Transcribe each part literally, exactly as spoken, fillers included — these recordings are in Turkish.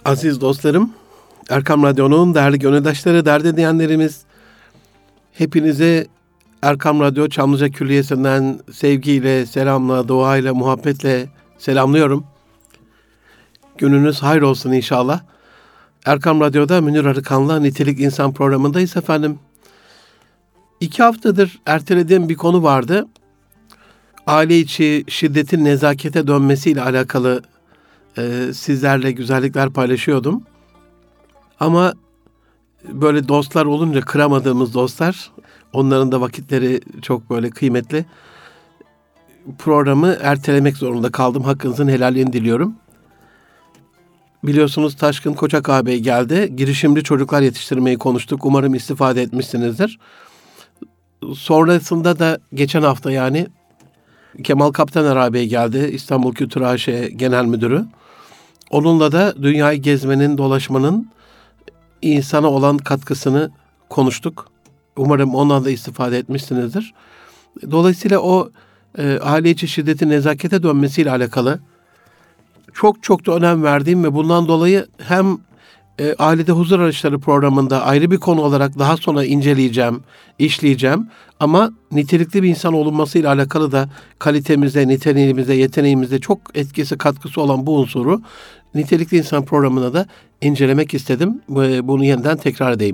Aziz dostlarım, Erkam Radyo'nun değerli gönüldaşları, dert edenlerimiz, hepinize Erkam Radyo Çamlıca Külliyesi'nden sevgiyle, selamla, duayla, muhabbetle selamlıyorum. Gününüz hayır olsun inşallah. Erkam Radyo'da Münir Arıkan'la Nitelik İnsan programındayız efendim. İki haftadır ertelediğim bir konu vardı. Aile içi şiddetin nezakete dönmesiyle alakalı e, sizlerle güzellikler paylaşıyordum. Ama böyle dostlar olunca, kıramadığımız dostlar, onların da vakitleri çok böyle kıymetli. Programı ertelemek zorunda kaldım. Hakkınızın helalliğini diliyorum. Biliyorsunuz Taşkın Koçak ağabey geldi. Girişimci çocuklar yetiştirmeyi konuştuk. Umarım istifade etmişsinizdir. Sonrasında da geçen hafta yani Kemal Kaptaner ağabey geldi. İstanbul Kültür A Ş Genel Müdürü. Onunla da dünyayı gezmenin, dolaşmanın insana olan katkısını konuştuk. Umarım ondan da istifade etmişsinizdir. Dolayısıyla o e, aile içi şiddetin nezakete dönmesiyle alakalı çok çok da önem verdiğim ve bundan dolayı hem e, Ailede Huzur Arayışları programında ayrı bir konu olarak daha sonra inceleyeceğim, işleyeceğim. Ama nitelikli bir insan olunmasıyla alakalı da kalitemize, niteliğimize, yeteneğimize çok etkisi, katkısı olan bu unsuru Nitelikli İnsan programına da incelemek istedim. Bunu yeniden tekrar edeyim.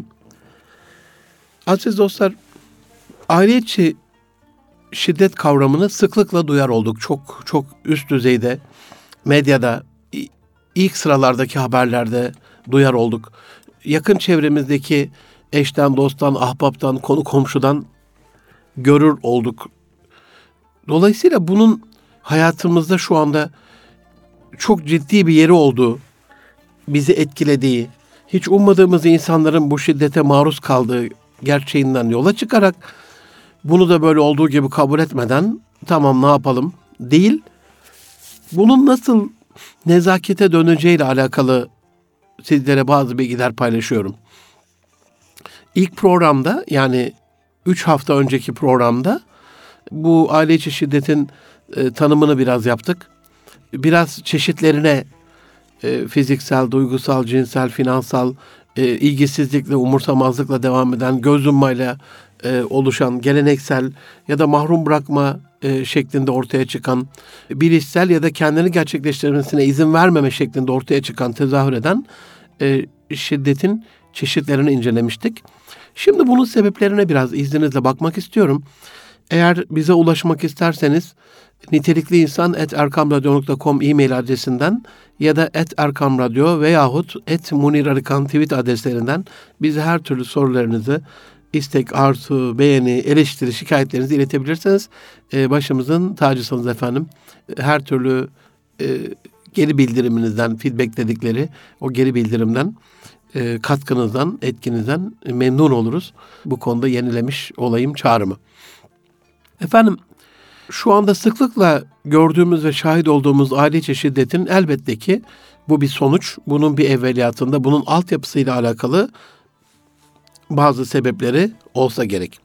Aziz dostlar, aile içi şiddet kavramını sıklıkla duyar olduk. Çok çok üst düzeyde, medyada, ilk sıralardaki haberlerde duyar olduk. Yakın çevremizdeki eşten, dosttan, ahbaptan, konu komşudan görür olduk. Dolayısıyla bunun hayatımızda şu anda çok ciddi bir yeri olduğu, bizi etkilediği, hiç ummadığımız insanların bu şiddete maruz kaldığı gerçeğinden yola çıkarak bunu da böyle olduğu gibi kabul etmeden tamam ne yapalım değil, bunun nasıl nezakete döneceğiyle alakalı sizlere bazı bilgiler paylaşıyorum. İlk programda, yani üç hafta önceki programda bu aile içi şiddetin e, tanımını biraz yaptık. Biraz çeşitlerine e, fiziksel, duygusal, cinsel, finansal, e, ilgisizlikle, umursamazlıkla devam eden, göz yummayla e, oluşan, geleneksel ya da mahrum bırakma e, şeklinde ortaya çıkan, bilişsel ya da kendini gerçekleştirmesine izin vermeme şeklinde ortaya çıkan, tezahür eden e, şiddetin çeşitlerini incelemiştik. Şimdi bunun sebeplerine biraz izninizle bakmak istiyorum. Eğer bize ulaşmak isterseniz nitelikliinsan at erkamradyo nokta com e-mail adresinden ya da at erkamradyo veyahut at munirarıkan tweet adreslerinden bize her türlü sorularınızı, istek, arzu, beğeni, eleştiri, şikayetlerinizi iletebilirsiniz. Ee, başımızın tacısınız efendim. Her türlü e, geri bildiriminizden, feedback dedikleri o geri bildirimden, e, katkınızdan, etkinizden memnun oluruz. Bu konuda yenilemiş olayım çağrımı. Efendim, şu anda sıklıkla gördüğümüz ve şahit olduğumuz aile içi şiddetin elbette ki bu bir sonuç. Bunun bir evveliyatında, bunun altyapısıyla alakalı bazı sebepleri olsa gerek.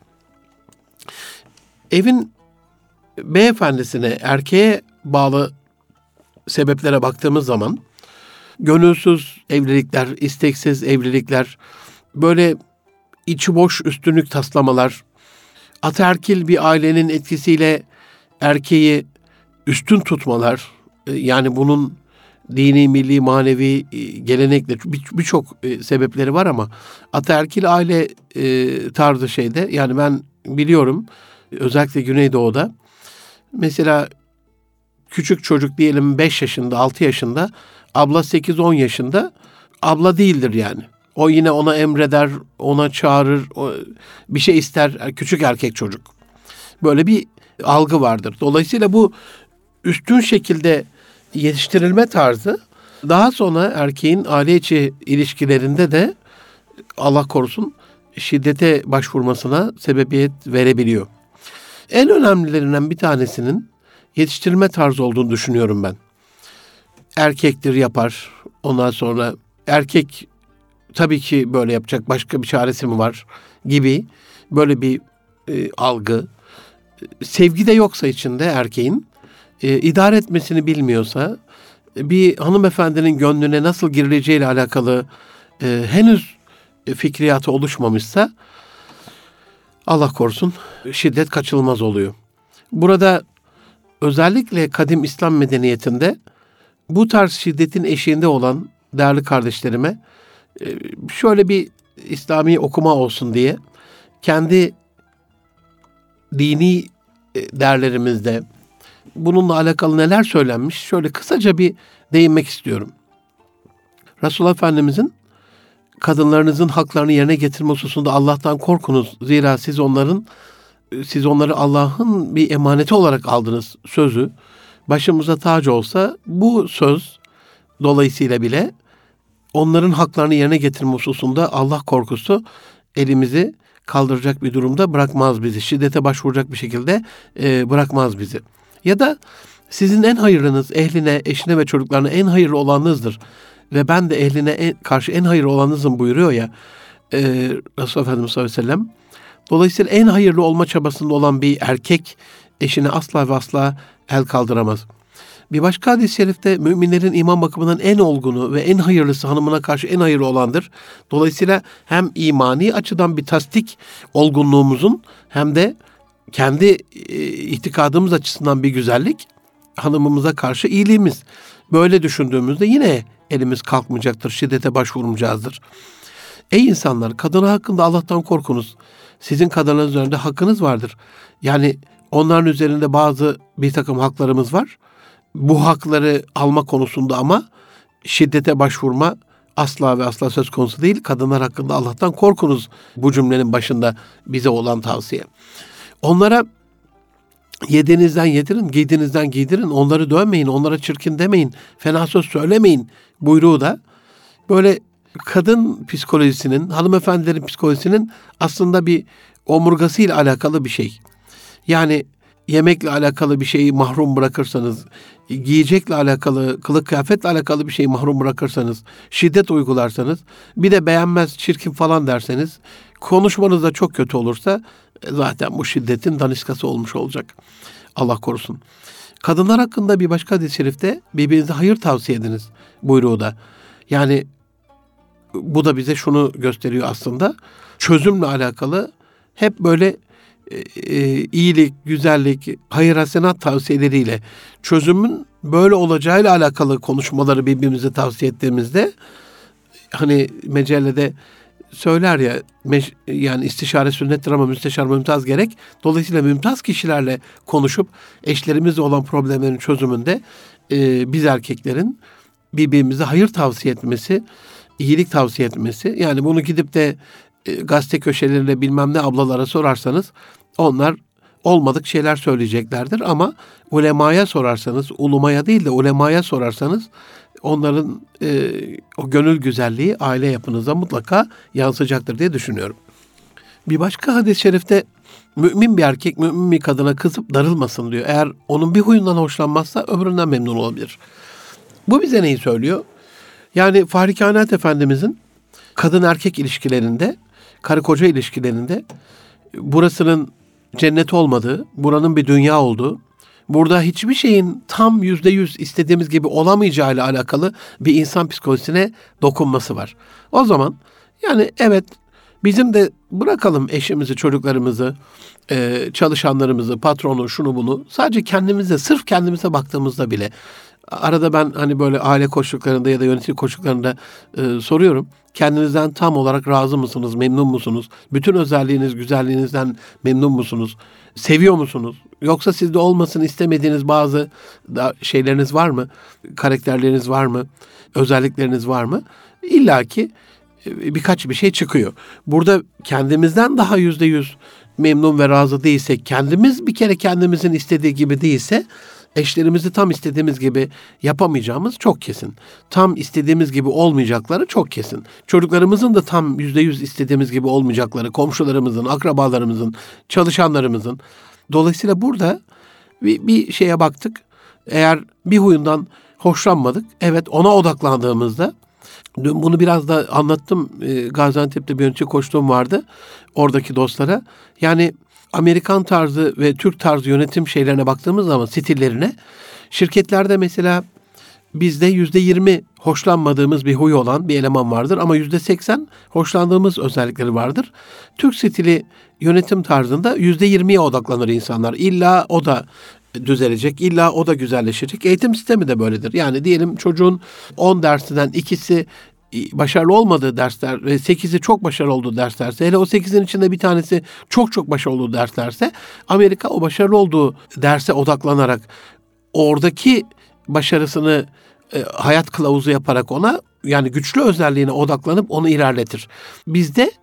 Evin beyefendisine, erkeğe bağlı sebeplere baktığımız zaman gönülsüz evlilikler, isteksiz evlilikler, böyle içi boş üstünlük taslamalar, ataerkil bir ailenin etkisiyle erkeği üstün tutmalar, yani bunun dini, milli, manevi, gelenekle birçok sebepleri var ama ataerkil aile tarzı şeyde, yani ben biliyorum özellikle Güneydoğu'da mesela küçük çocuk diyelim beş yaşında, altı yaşında, abla sekiz on yaşında abla değildir yani. O yine ona emreder, ona çağırır, bir şey ister, küçük erkek çocuk. Böyle bir algı vardır. Dolayısıyla bu üstün şekilde yetiştirilme tarzı daha sonra erkeğin aile içi ilişkilerinde de Allah korusun şiddete başvurmasına sebebiyet verebiliyor. En önemlilerinden bir tanesinin yetiştirilme tarzı olduğunu düşünüyorum ben. Erkektir yapar, ondan sonra erkek tabii ki böyle yapacak, başka bir çaresi mi var gibi böyle bir e, algı. Sevgi de yoksa içinde erkeğin, e, idare etmesini bilmiyorsa, bir hanımefendinin gönlüne nasıl girileceğiyle alakalı e, henüz fikriyatı oluşmamışsa Allah korusun şiddet kaçınılmaz oluyor. Burada özellikle kadim İslam medeniyetinde bu tarz şiddetin eşiğinde olan değerli kardeşlerime e, şöyle bir İslami okuma olsun diye kendi dini değerlerimizde bununla alakalı neler söylenmiş şöyle kısaca bir değinmek istiyorum. Resulullah Efendimizin kadınlarınızın haklarını yerine getirme hususunda Allah'tan korkunuz. Zira siz onların siz onları Allah'ın bir emaneti olarak aldınız sözü başımıza tac olsa bu söz dolayısıyla bile onların haklarını yerine getirme hususunda Allah korkusu elimizi kaldıracak bir durumda bırakmaz bizi. Şiddete başvuracak bir şekilde e, bırakmaz bizi. Ya da sizin en hayırlınız ehline, eşine ve çocuklarına en hayırlı olanınızdır. Ve ben de ehline en, karşı en hayırlı olanınızım buyuruyor ya e, Resulullah Efendimiz sallallahu aleyhi ve sellem. Dolayısıyla en hayırlı olma çabasında olan bir erkek eşine asla ve asla el kaldıramaz. Bir başka hadis-i şerifte müminlerin iman bakımından en olgunu ve en hayırlısı hanımına karşı en hayırlı olandır. Dolayısıyla hem imani açıdan bir tasdik olgunluğumuzun hem de kendi e, itikadımız açısından bir güzellik hanımımıza karşı iyiliğimiz. Böyle düşündüğümüzde yine elimiz kalkmayacaktır, şiddete başvurmayacağızdır. Ey insanlar, kadın hakkında Allah'tan korkunuz. Sizin kadınların üzerinde hakkınız vardır. Yani onların üzerinde bazı bir takım haklarımız var. Bu hakları alma konusunda ama şiddete başvurma asla ve asla söz konusu değil. Kadınlar hakkında Allah'tan korkunuz bu cümlenin başında bize olan tavsiye. Onlara yediğinizden yedirin, giydiğinizden giydirin, onları dövmeyin, onlara çirkin demeyin, fena söz söylemeyin buyruğu da böyle kadın psikolojisinin, hanımefendilerin psikolojisinin aslında bir omurgasıyla alakalı bir şey. Yani yemekle alakalı bir şeyi mahrum bırakırsanız, giyecekle alakalı, kılık kıyafetle alakalı bir şeyi mahrum bırakırsanız, şiddet uygularsanız, bir de beğenmez, çirkin falan derseniz, konuşmanız da çok kötü olursa zaten bu şiddetin daniskası olmuş olacak. Allah korusun. Kadınlar hakkında bir başka hadis-i şerifte birbirinize hayır tavsiye ediniz buyruğu da. Yani bu da bize şunu gösteriyor aslında. Çözümle alakalı hep böyle e, iyilik, güzellik, hayır hasenat tavsiyeleriyle çözümün böyle olacağıyla alakalı konuşmaları birbirimize tavsiye ettiğimizde hani mecellede söyler ya meş, yani istişare sünnettir ama müsteşar mümtaz gerek. Dolayısıyla mümtaz kişilerle konuşup eşlerimizle olan problemlerin çözümünde e, biz erkeklerin birbirimize hayır tavsiye etmesi, iyilik tavsiye etmesi. Yani bunu gidip de e, gazete köşelerine bilmem ne ablalara sorarsanız onlar olmadık şeyler söyleyeceklerdir. Ama ulemaya sorarsanız, ulumaya değil de ulemaya sorarsanız onların e, o gönül güzelliği aile yapınıza mutlaka yansıyacaktır diye düşünüyorum. Bir başka hadis-i şerifte mümin bir erkek mümin bir kadına kızıp darılmasın diyor. Eğer onun bir huyundan hoşlanmazsa öbüründen memnun olabilir. Bu bize neyi söylüyor? Yani Fahri Kainat Efendimizin kadın erkek ilişkilerinde, karı koca ilişkilerinde burasının cennet olmadığı, buranın bir dünya olduğu, burada hiçbir şeyin tam yüzde yüz istediğimiz gibi olamayacağıyla alakalı bir insan psikolojisine dokunması var. O zaman yani evet bizim de bırakalım eşimizi, çocuklarımızı, çalışanlarımızı, patronu, şunu bunu sadece kendimize, sırf kendimize baktığımızda bile arada ben hani böyle aile koşullarında ya da yönetim koşullarında e, soruyorum. Kendinizden tam olarak razı mısınız, memnun musunuz? Bütün özelliğiniz, güzelliğinizden memnun musunuz? Seviyor musunuz? Yoksa sizde olmasını istemediğiniz bazı da şeyleriniz var mı? Karakterleriniz var mı? Özellikleriniz var mı? İlla ki e, birkaç bir şey çıkıyor. Burada kendimizden daha yüzde yüz memnun ve razı değilsek, kendimiz bir kere kendimizin istediği gibi değilse, eşlerimizi tam istediğimiz gibi yapamayacağımız çok kesin. Tam istediğimiz gibi olmayacakları çok kesin. Çocuklarımızın da tam yüzde yüz istediğimiz gibi olmayacakları, komşularımızın, akrabalarımızın, çalışanlarımızın. Dolayısıyla burada bir, bir şeye baktık. Eğer bir huyundan hoşlanmadık, evet ona odaklandığımızda, dün bunu biraz da anlattım. E, Gaziantep'te bir yönetici koçluğum vardı oradaki dostlara. Yani Amerikan tarzı ve Türk tarzı yönetim şeylerine baktığımız zaman stillerine, şirketlerde mesela bizde yüzde yirmi hoşlanmadığımız bir huyu olan bir eleman vardır ama yüzde seksen hoşlandığımız özellikleri vardır. Türk stili yönetim tarzında yüzde yirmiye odaklanır insanlar. İlla o da düzelecek, illa o da güzelleşecek. Eğitim sistemi de böyledir. Yani diyelim çocuğun on dersinden ikisi başarılı olmadığı dersler ve sekizi çok başarılı olduğu derslerse, hele o sekizin içinde bir tanesi çok çok başarılı olduğu derslerse, Amerika o başarılı olduğu derse odaklanarak oradaki başarısını e, hayat kılavuzu yaparak ona, yani güçlü özelliğine odaklanıp onu ilerletir. Bizde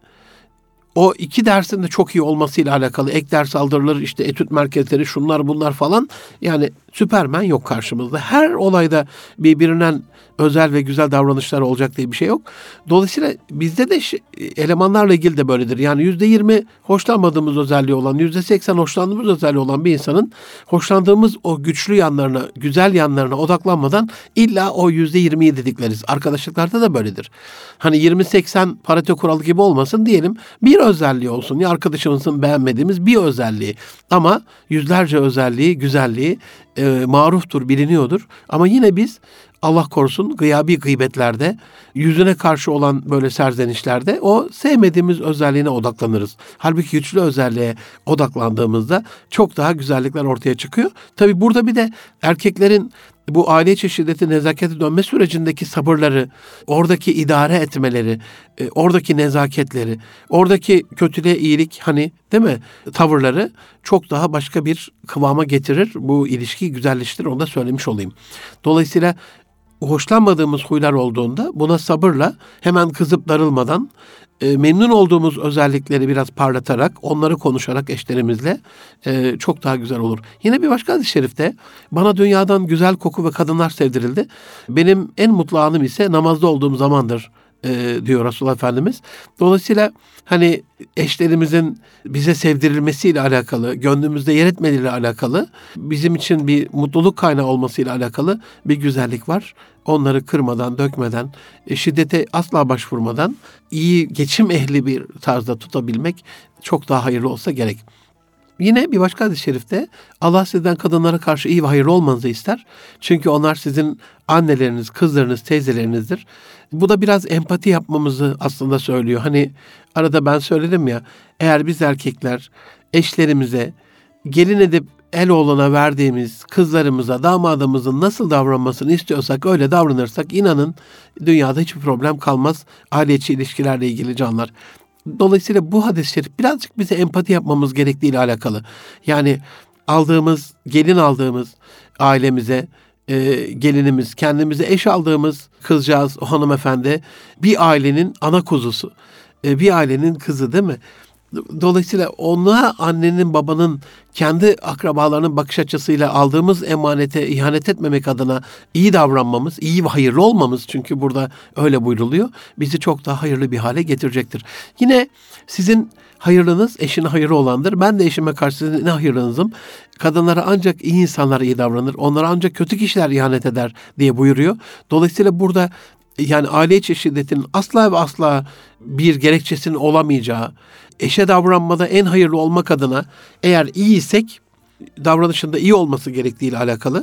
o iki dersin de çok iyi olmasıyla alakalı ek ders aldırılır, işte etüt merkezleri, şunlar bunlar falan. Yani Süpermen yok karşımızda. Her olayda birbirinden özel ve güzel davranışlar olacak diye bir şey yok. Dolayısıyla bizde de elemanlarla ilgili de böyledir. Yani yüzde yirmi hoşlanmadığımız özelliği olan, yüzde seksen hoşlandığımız özelliği olan bir insanın hoşlandığımız o güçlü yanlarına, güzel yanlarına odaklanmadan illa o yüzde yirmiyi dedikleriz. Arkadaşlıklarda da böyledir. Hani yirmi seksen Pareto kuralı gibi olmasın, diyelim bir özelliği olsun. Ya arkadaşımızın beğenmediğimiz bir özelliği. Ama yüzlerce özelliği, güzelliği e, maruftur, biliniyordur. Ama yine biz Allah korusun gıyabi gıybetlerde, yüzüne karşı olan böyle serzenişlerde o sevmediğimiz özelliğine odaklanırız. Halbuki güçlü özelliğe odaklandığımızda çok daha güzellikler ortaya çıkıyor. Tabii burada bir de erkeklerin bu aile içi şiddeti, nezakete dönme sürecindeki sabırları, oradaki idare etmeleri, oradaki nezaketleri, oradaki kötülüğe iyilik, hani değil mi, tavırları çok daha başka bir kıvama getirir. Bu ilişkiyi güzelleştirir, onu da söylemiş olayım. Dolayısıyla hoşlanmadığımız huylar olduğunda buna sabırla, hemen kızıp darılmadan, e, memnun olduğumuz özellikleri biraz parlatarak, onları konuşarak eşlerimizle e, çok daha güzel olur. Yine bir başka hadis-i şerifte, bana dünyadan güzel koku ve kadınlar sevdirildi. Benim en mutlu anım ise namazda olduğum zamandır e, diyor Resulullah Efendimiz. Dolayısıyla hani eşlerimizin bize sevdirilmesiyle alakalı, gönlümüzde yer etmeleriyle alakalı, bizim için bir mutluluk kaynağı olmasıyla alakalı bir güzellik var. Onları kırmadan, dökmeden, şiddete asla başvurmadan iyi, geçim ehli bir tarzda tutabilmek çok daha hayırlı olsa gerek. Yine bir başka hadis-i şerifte Allah sizden kadınlara karşı iyi ve hayırlı olmanızı ister. Çünkü onlar sizin anneleriniz, kızlarınız, teyzelerinizdir. Bu da biraz empati yapmamızı aslında söylüyor. Hani arada ben söyledim ya, eğer biz erkekler eşlerimize gelin edip el oğluna verdiğimiz kızlarımıza, damadımızın nasıl davranmasını istiyorsak öyle davranırsak, inanın dünyada hiçbir problem kalmaz aile içi ilişkilerle ilgili canlar. Dolayısıyla bu hadis-i şerif birazcık bize empati yapmamız gerektiğiyle alakalı. Yani aldığımız, gelin aldığımız ailemize, e, gelinimiz, kendimize eş aldığımız kızcağız, o hanımefendi bir ailenin ana kuzusu, e, bir ailenin kızı, değil mi? Dolayısıyla ona annenin, babanın, kendi akrabalarının bakış açısıyla aldığımız emanete ihanet etmemek adına iyi davranmamız, iyi ve hayırlı olmamız, çünkü burada öyle buyruluyor, bizi çok daha hayırlı bir hale getirecektir. Yine sizin hayırlınız eşine hayırlı olandır. Ben de eşime karşı sizin ne hayırlınızım. Kadınlara ancak iyi insanlar iyi davranır, onlara ancak kötü kişiler ihanet eder diye buyuruyor. Dolayısıyla burada yani aile içi şiddetin asla ve asla bir gerekçesinin olamayacağı, eşe davranmada en hayırlı olmak adına eğer iyiysek davranışında iyi olması gerektiğiyle alakalı.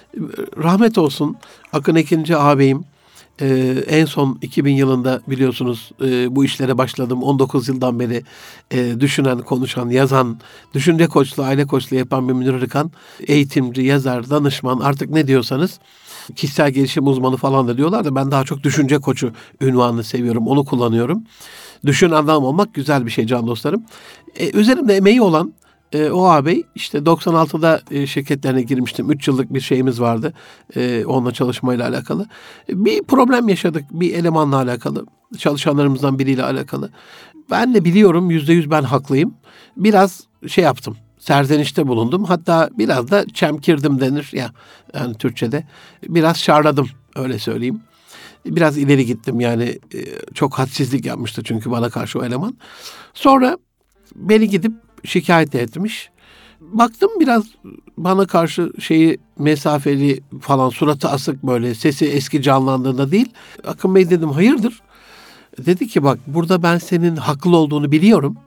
Rahmet olsun Akın Ekinci ağabeyim, Ee, en son iki bin yılında biliyorsunuz e, bu işlere başladım. on dokuz yıldan beri e, düşünen, konuşan, yazan, düşünce koçluğu, aile koçluğu yapan bir Münir Arıkan, eğitimci, yazar, danışman, artık ne diyorsanız, kişisel gelişim uzmanı falan da diyorlar da ben daha çok düşünce koçu ünvanını seviyorum, onu kullanıyorum. Düşün adam olmak güzel bir şey can dostlarım. Ee, üzerimde emeği olan E, o ağabey işte doksan altıda e, şirketlerine girmiştim. üç yıllık bir şeyimiz vardı. E, onunla çalışmayla alakalı. E, bir problem yaşadık. Bir elemanla alakalı. Çalışanlarımızdan biriyle alakalı. Ben de biliyorum yüzde yüz ben haklıyım. Biraz şey yaptım. Serzenişte bulundum. Hatta biraz da çemkirdim denir ya yani Türkçe'de. Biraz şarladım öyle söyleyeyim. Biraz ileri gittim yani. E, çok hadsizlik yapmıştı çünkü bana karşı o eleman. Sonra beni gidip şikayet etmiş. Baktım biraz bana karşı şeyi mesafeli falan, suratı asık, böyle sesi eski canlandığında değil. Akın Bey dedim, hayırdır? Dedi ki bak, burada ben senin haklı olduğunu biliyorum.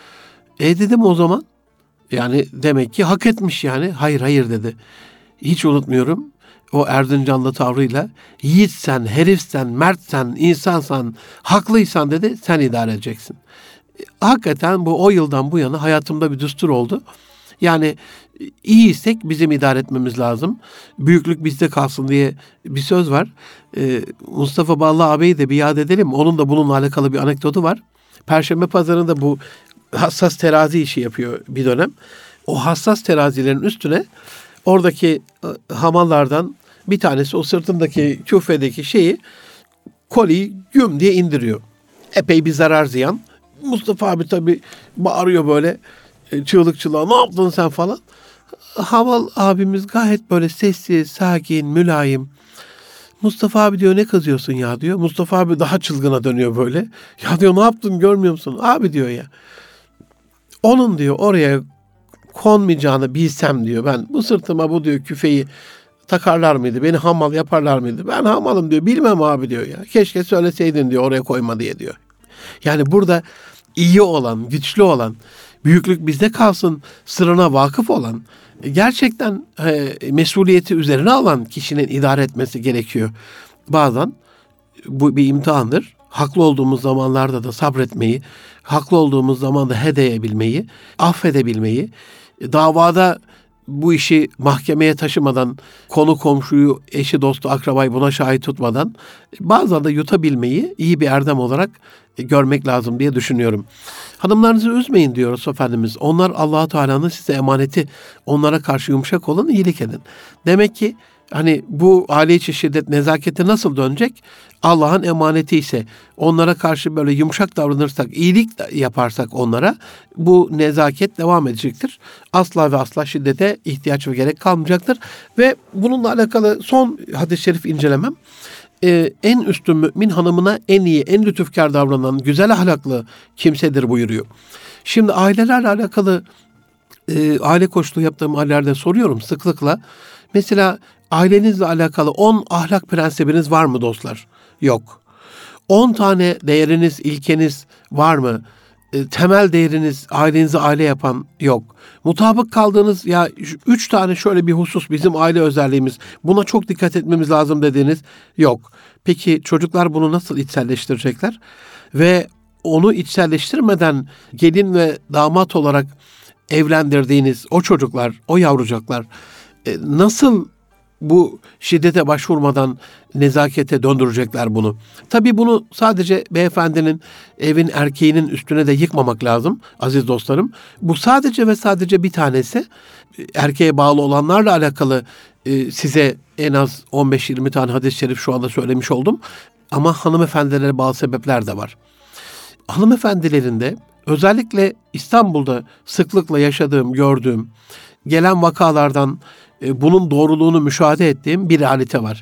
E dedim o zaman. Yani demek ki hak etmiş yani. Hayır hayır dedi. Hiç unutmuyorum. o Erzincanlı tavrıyla yiğitsen, herifsen, mertsen, insansan, haklıysan dedi, sen idare edeceksin. Hakikaten bu o yıldan bu yana hayatımda bir düstur oldu. Yani iyiysek bizim idare etmemiz lazım. Büyüklük bizde kalsın diye bir söz var. Ee, Mustafa Ballı ağabeyi de bir yad edelim. Onun da bununla alakalı bir anekdotu var. Perşembe pazarında bu hassas terazi işi yapıyor bir dönem. O hassas terazilerin üstüne oradaki hamallardan bir tanesi o sırtındaki küfedeki şeyi, koliyi güm diye indiriyor. Epey bir zarar ziyan. Mustafa abi tabii bağırıyor böyle çığlık çığlığa, ne yaptın sen falan. Hamal abimiz gayet böyle sessiz, sakin, mülayim. Mustafa abi diyor, ne kızıyorsun ya diyor. Mustafa abi daha çılgına dönüyor böyle. Ya diyor, ne yaptın görmüyor musun? Abi diyor ya, onun diyor oraya konmayacağını bilsem diyor, ben bu sırtıma bu diyor küfeyi takarlar mıydı? Beni hamal yaparlar mıydı? Ben hamalım diyor. Bilmem abi diyor ya. Keşke söyleseydin diyor, oraya koyma diye diyor. Yani burada iyi olan, güçlü olan, büyüklük bizde kalsın sırrına vakıf olan, gerçekten e, mesuliyeti üzerine alan kişinin idare etmesi gerekiyor. Bazen bu bir imtihandır. Haklı olduğumuz zamanlarda da sabretmeyi, haklı olduğumuz zaman da hedeyebilmeyi, affedebilmeyi, davada bu işi mahkemeye taşımadan, konu komşuyu, eşi, dostu, akrabayı buna şahit tutmadan bazen de yutabilmeyi iyi bir erdem olarak görmek lazım diye düşünüyorum. Hanımlarınızı üzmeyin diyoruz Efendimiz. Onlar Allah-u Teala'nın size emaneti. Onlara karşı yumuşak olun, iyilik edin. Demek ki hani bu aile içi şiddet, nezakete nasıl dönecek? Allah'ın emaneti ise onlara karşı böyle yumuşak davranırsak, iyilik yaparsak onlara, bu nezaket devam edecektir. Asla ve asla şiddete ihtiyaç ve gerek kalmayacaktır. Ve bununla alakalı son hadis-i şerif incelemem, Ee, en üstün mümin hanımına en iyi, en lütufkar davranan, güzel ahlaklı kimsedir buyuruyor. Şimdi ailelerle alakalı e, aile koçluğu yaptığım ailelerde soruyorum sıklıkla. Mesela ailenizle alakalı on ahlak prensibiniz var mı dostlar? Yok. on tane değeriniz, ilkeniz var mı? E, temel değeriniz, ailenizi aile yapan yok. Mutabık kaldığınız, ya üç tane şöyle bir husus bizim aile özelliğimiz, buna çok dikkat etmemiz lazım dediğiniz yok. Peki çocuklar bunu nasıl içselleştirecekler? Ve onu içselleştirmeden gelin ve damat olarak evlendirdiğiniz o çocuklar, o yavrucaklar e, nasıl bu şiddete başvurmadan nezakete döndürecekler bunu? Tabii bunu sadece beyefendinin, evin erkeğinin üstüne de yıkmamak lazım aziz dostlarım. Bu sadece ve sadece bir tanesi. Erkeğe bağlı olanlarla alakalı e, size en az on beş yirmi tane hadis-i şerif şu anda söylemiş oldum. Ama hanımefendilere bağlı sebepler de var. Hanımefendilerin de özellikle İstanbul'da sıklıkla yaşadığım, gördüğüm, gelen vakalardan e, bunun doğruluğunu müşahede ettiğim bir realite var.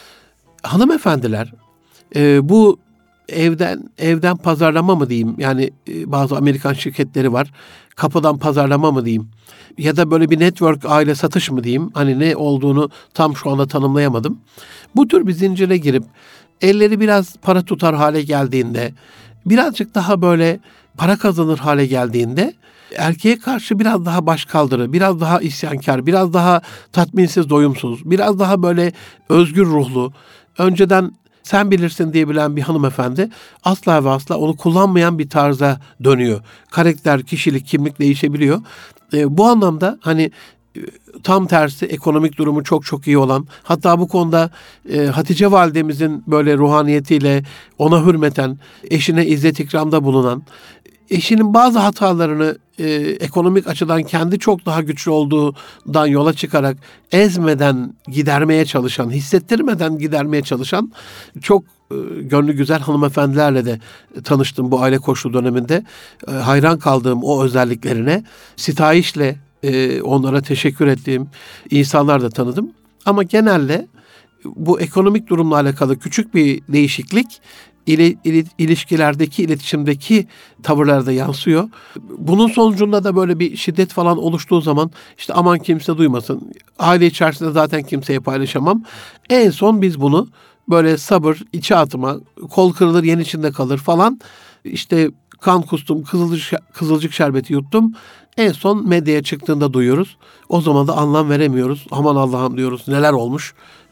Hanımefendiler e, bu evden evden pazarlama mı diyeyim, yani e, bazı Amerikan şirketleri var, kapıdan pazarlama mı diyeyim, ya da böyle bir network aile satış mı diyeyim, hani ne olduğunu tam şu anda tanımlayamadım. Bu tür bir zincire girip elleri biraz para tutar hale geldiğinde, birazcık daha böyle para kazanır hale geldiğinde erkeğe karşı biraz daha başkaldırı, biraz daha isyankar, biraz daha tatminsiz, doyumsuz, biraz daha böyle özgür ruhlu, önceden sen bilirsin diyebilen bir hanımefendi asla ve asla onu kullanmayan bir tarza dönüyor. Karakter, kişilik, kimlik değişebiliyor. E, bu anlamda hani tam tersi ekonomik durumu çok çok iyi olan, hatta bu konuda e, Hatice validemizin böyle ruhaniyetiyle ona hürmeten, eşine izzet ikramda bulunan, eşinin bazı hatalarını e, ekonomik açıdan kendi çok daha güçlü olduğundan yola çıkarak ezmeden gidermeye çalışan, hissettirmeden gidermeye çalışan çok e, gönlü güzel hanımefendilerle de tanıştım bu aile koçluğu döneminde. E, hayran kaldığım o özelliklerine sitayişle e, onlara teşekkür ettiğim insanlar da tanıdım. Ama genelde bu ekonomik durumla alakalı küçük bir değişiklik İli, ili, ilişkilerdeki, iletişimdeki tavırlarda yansıyor. Bunun sonucunda da böyle bir şiddet falan oluştuğu zaman işte aman kimse duymasın, aile içerisinde zaten kimseye paylaşamam. En son biz bunu böyle sabır, içe atma, kol kırılır yen içinde kalır falan, işte kan kustum, kızılcık, kızılcık şerbeti yuttum, en son medyaya çıktığında duyuyoruz. O zaman da anlam veremiyoruz. Aman Allah'ım diyoruz, neler olmuş.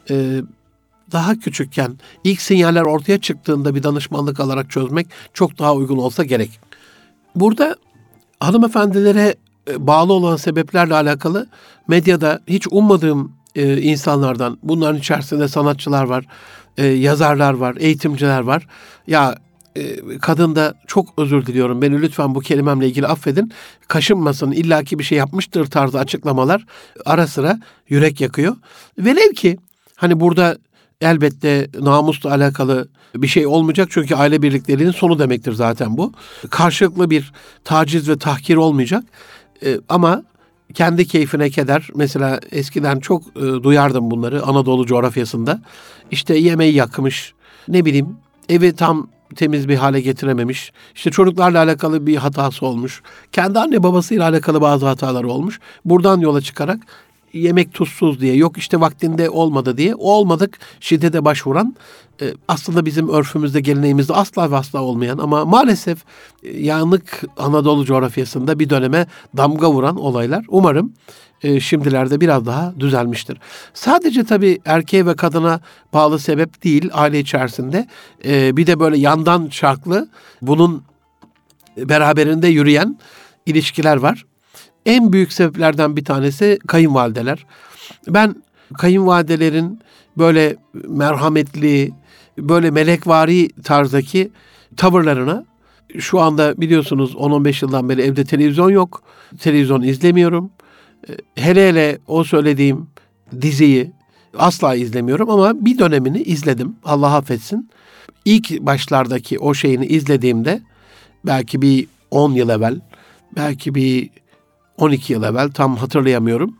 e, daha küçükken ilk sinyaller ortaya çıktığında bir danışmanlık alarak çözmek çok daha uygun olsa gerek. Burada hanımefendilere e, bağlı olan sebeplerle alakalı medyada hiç ummadığım e, insanlardan, bunların içerisinde sanatçılar var, e, yazarlar var, eğitimciler var. Ya e, kadın da çok özür diliyorum, beni lütfen bu kelimemle ilgili affedin, kaşınmasın, illaki bir şey yapmıştır tarzı açıklamalar ara sıra yürek yakıyor. Velev ki hani burada elbette namusla alakalı bir şey olmayacak, çünkü aile birlikteliğinin sonu demektir zaten bu. Karşılıklı bir taciz ve tahkir olmayacak. Ee, ama kendi keyfine keder. Mesela eskiden çok e, duyardım bunları Anadolu coğrafyasında. İşte yemeği yakmış, ne bileyim evi tam temiz bir hale getirememiş. İşte çocuklarla alakalı bir hatası olmuş. Kendi anne babasıyla alakalı bazı hataları olmuş. Buradan yola çıkarak yemek tuzsuz diye, yok işte vaktinde olmadı diye, o olmadık şiddete başvuran, e, aslında bizim örfümüzde, geleneğimizde asla ve asla olmayan ama maalesef e, yanık Anadolu coğrafyasında bir döneme damga vuran olaylar. Umarım e, şimdilerde biraz daha düzelmiştir. Sadece tabii erkeğe ve kadına bağlı sebep değil, aile içerisinde e, bir de böyle yandan çarklı, bunun beraberinde yürüyen ilişkiler var. En büyük sebeplerden bir tanesi kayınvalideler. Ben kayınvalidelerin böyle merhametli, böyle melekvari tarzdaki tavırlarına, şu anda biliyorsunuz on on beş yıldan beri evde televizyon yok. Televizyon izlemiyorum. Hele hele o söylediğim diziyi asla izlemiyorum ama bir dönemini izledim. Allah affetsin. İlk başlardaki o şeyini izlediğimde, belki bir on yıl evvel, belki bir on iki yıl evvel, tam hatırlayamıyorum.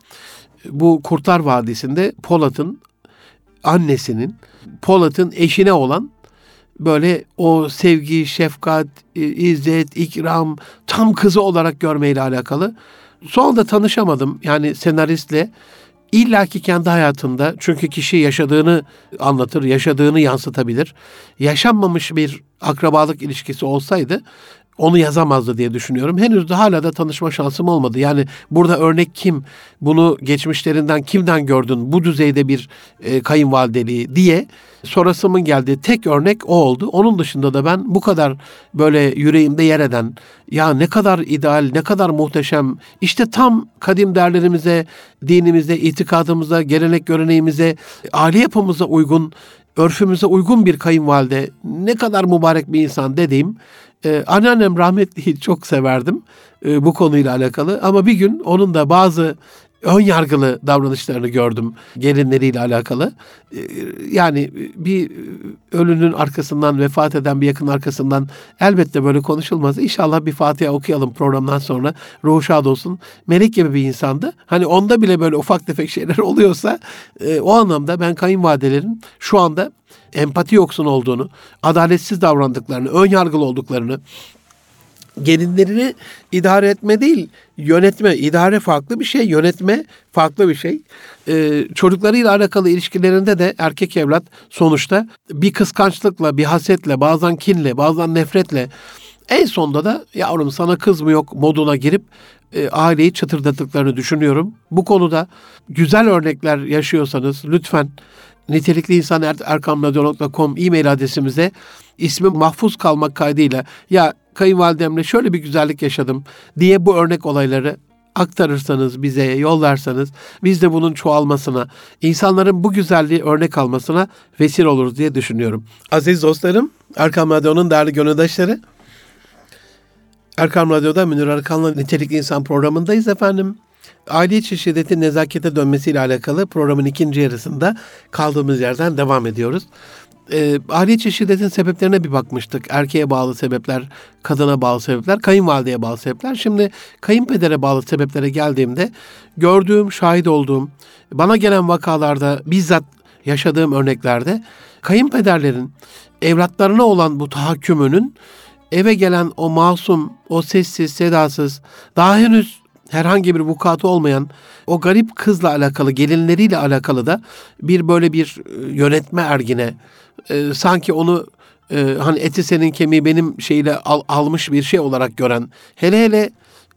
Bu Kurtlar Vadisi'nde Polat'ın annesinin, Polat'ın eşine olan böyle o sevgi, şefkat, izzet, ikram, tam kızı olarak görmeyle alakalı. Sonra da tanışamadım yani senaristle. İlla ki kendi hayatında, çünkü kişi yaşadığını anlatır, yaşadığını yansıtabilir. Yaşanmamış bir akrabalık ilişkisi olsaydı onu yazamazdı diye düşünüyorum. Henüz de hala da tanışma şansım olmadı. Yani burada örnek kim? Bunu geçmişlerinden kimden gördün? Bu düzeyde bir e, kayınvalideliği diye sorasımın geldiği tek örnek o oldu. Onun dışında da ben bu kadar böyle yüreğimde yer eden, ya ne kadar ideal, ne kadar muhteşem, işte tam kadim değerlerimize, dinimize, itikadımıza, gelenek göreneğimize, aile yapımıza uygun, örfümüze uygun bir kayınvalide, ne kadar mübarek bir insan dediğim, Ee, anneannem rahmetliyi çok severdim e, bu konuyla alakalı. Ama bir gün onun da bazı ön yargılı davranışlarını gördüm gelinleriyle alakalı. Ee, yani bir ölünün arkasından, vefat eden bir yakın arkasından elbette böyle konuşulmaz. İnşallah bir Fatiha okuyalım programdan sonra. Ruhu şad olsun. Melek gibi bir insandı. Hani onda bile böyle ufak tefek şeyler oluyorsa e, o anlamda ben kayınvalidelerin şu anda empati yoksun olduğunu, adaletsiz davrandıklarını, ön yargılı olduklarını, gelinlerini idare etme değil, yönetme, idare farklı bir şey, yönetme farklı bir şey. Ee, çocuklarıyla alakalı ilişkilerinde de erkek evlat sonuçta bir kıskançlıkla, bir hasetle, bazen kinle, bazen nefretle, en sonunda da yavrum sana kız mı yok moduna girip e, aileyi çatırdattıklarını düşünüyorum. Bu konuda güzel örnekler yaşıyorsanız lütfen nitelikli insan erkam radyo nokta com e-mail adresimize ismi mahfuz kalmak kaydıyla, ya kayınvalidemle şöyle bir güzellik yaşadım diye bu örnek olayları aktarırsanız, bize yollarsanız, biz de bunun çoğalmasına, insanların bu güzelliği örnek almasına vesile oluruz diye düşünüyorum. Aziz dostlarım, Erkam Radyo'nun değerli gönüldaşları, Erkam Radyo'da Münir Arıkan'la Nitelikli İnsan programındayız efendim. Aile içi şiddetin nezakete dönmesiyle alakalı programın ikinci yarısında kaldığımız yerden devam ediyoruz. Ee, aile içi şiddetin sebeplerine bir bakmıştık. Erkeğe bağlı sebepler, kadına bağlı sebepler, kayınvalideye bağlı sebepler. Şimdi kayınpedere bağlı sebeplere geldiğimde gördüğüm, şahit olduğum, bana gelen vakalarda bizzat yaşadığım örneklerde kayınpederlerin evlatlarına olan bu tahakkümünün eve gelen o masum, o sessiz, sedasız, daha henüz herhangi bir vukuatı olmayan o garip kızla alakalı, gelinleriyle alakalı da bir böyle bir yönetme ergine, e, sanki onu e, hani eti senin kemiği benim şeyle al, almış bir şey olarak gören, hele hele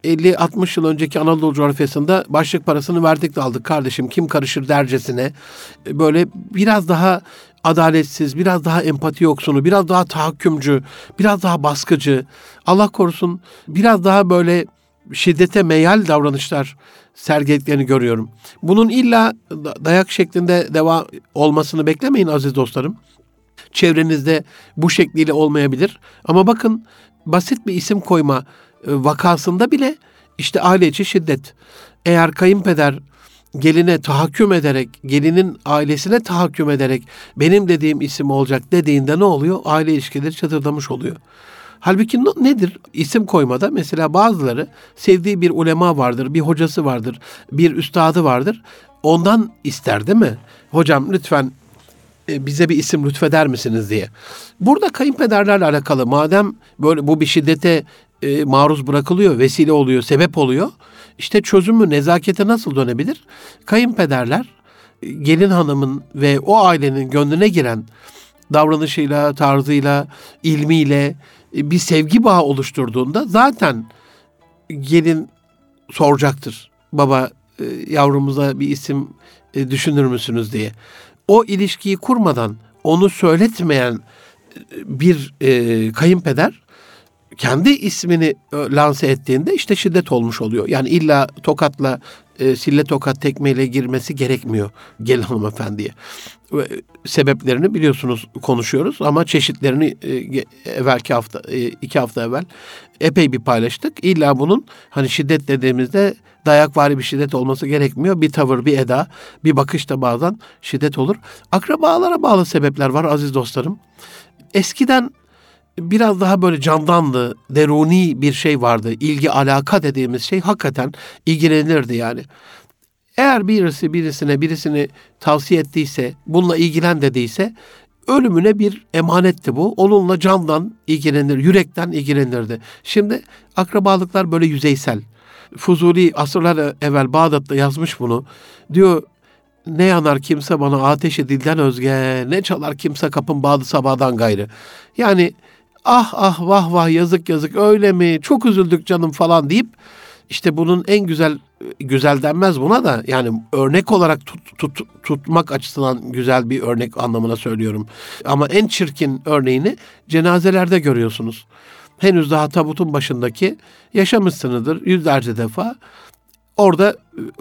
elli altmış yıl önceki Anadolu coğrafyasında başlık parasını verdik de aldık kardeşim, kim karışır dercesine. Böyle biraz daha adaletsiz, biraz daha empati yoksunu, biraz daha tahakkümcü, biraz daha baskıcı, Allah korusun biraz daha böyle şiddete meyal davranışlar sergilediklerini görüyorum. Bunun illa dayak şeklinde devam olmasını beklemeyin aziz dostlarım. Çevrenizde bu şekliyle olmayabilir. Ama bakın, basit bir isim koyma vakasında bile işte aile içi şiddet. Eğer kayınpeder geline tahakküm ederek, gelinin ailesine tahakküm ederek benim dediğim isim olacak dediğinde ne oluyor? Aile ilişkileri çatırdamış oluyor. Halbuki nedir? İsim koymada mesela bazıları sevdiği bir ulema vardır, bir hocası vardır, bir üstadı vardır. Ondan ister değil mi? Hocam lütfen bize bir isim lütfeder misiniz diye. Burada kayınpederlerle alakalı madem böyle bu bir şiddete e, maruz bırakılıyor, vesile oluyor, sebep oluyor. İşte çözümü nezakete nasıl dönebilir? Kayınpederler gelin hanımın ve o ailenin gönlüne giren davranışıyla, tarzıyla, ilmiyle bir sevgi bağı oluşturduğunda zaten gelin soracaktır. Baba yavrumuza bir isim düşünür müsünüz diye. O ilişkiyi kurmadan onu söyletmeyen bir e, kayınpeder kendi ismini lanse ettiğinde işte şiddet olmuş oluyor. Yani illa tokatla, e, sille tokat tekmeyle girmesi gerekmiyor gelin hanımefendiye. Sebeplerini biliyorsunuz, konuşuyoruz ama çeşitlerini e, evvelki hafta, e, iki hafta evvel epey bir paylaştık. İlla bunun hani şiddet dediğimizde dayakvari bir şiddet olması gerekmiyor. Bir tavır, bir eda, bir bakış da bazen şiddet olur. Akrabalara bağlı sebepler var aziz dostlarım. Eskiden biraz daha böyle candanlı, deruni bir şey vardı. İlgi, alaka dediğimiz şey hakikaten ilgilenirdi yani. Eğer birisi birisine birisini tavsiye ettiyse, bununla ilgilen dediyse, ölümüne bir emanetti bu. Onunla candan ilgilenir, yürekten ilgilenirdi. Şimdi akrabalıklar böyle yüzeysel. Fuzuli asırlar evvel Bağdat'ta yazmış bunu. Diyor, ne yanar kimse bana ateşi dilden özge, ne çalar kimse kapın bağlı sabahdan gayrı. Yani ah ah vah vah yazık yazık öyle mi, çok üzüldük canım falan deyip işte bunun en güzel, güzel denmez buna da, yani örnek olarak tut, tut, tutmak açısından güzel bir örnek anlamına söylüyorum. Ama en çirkin örneğini cenazelerde görüyorsunuz. Henüz daha tabutun başındaki, yaşamışsınızdır yüzlerce defa. Orada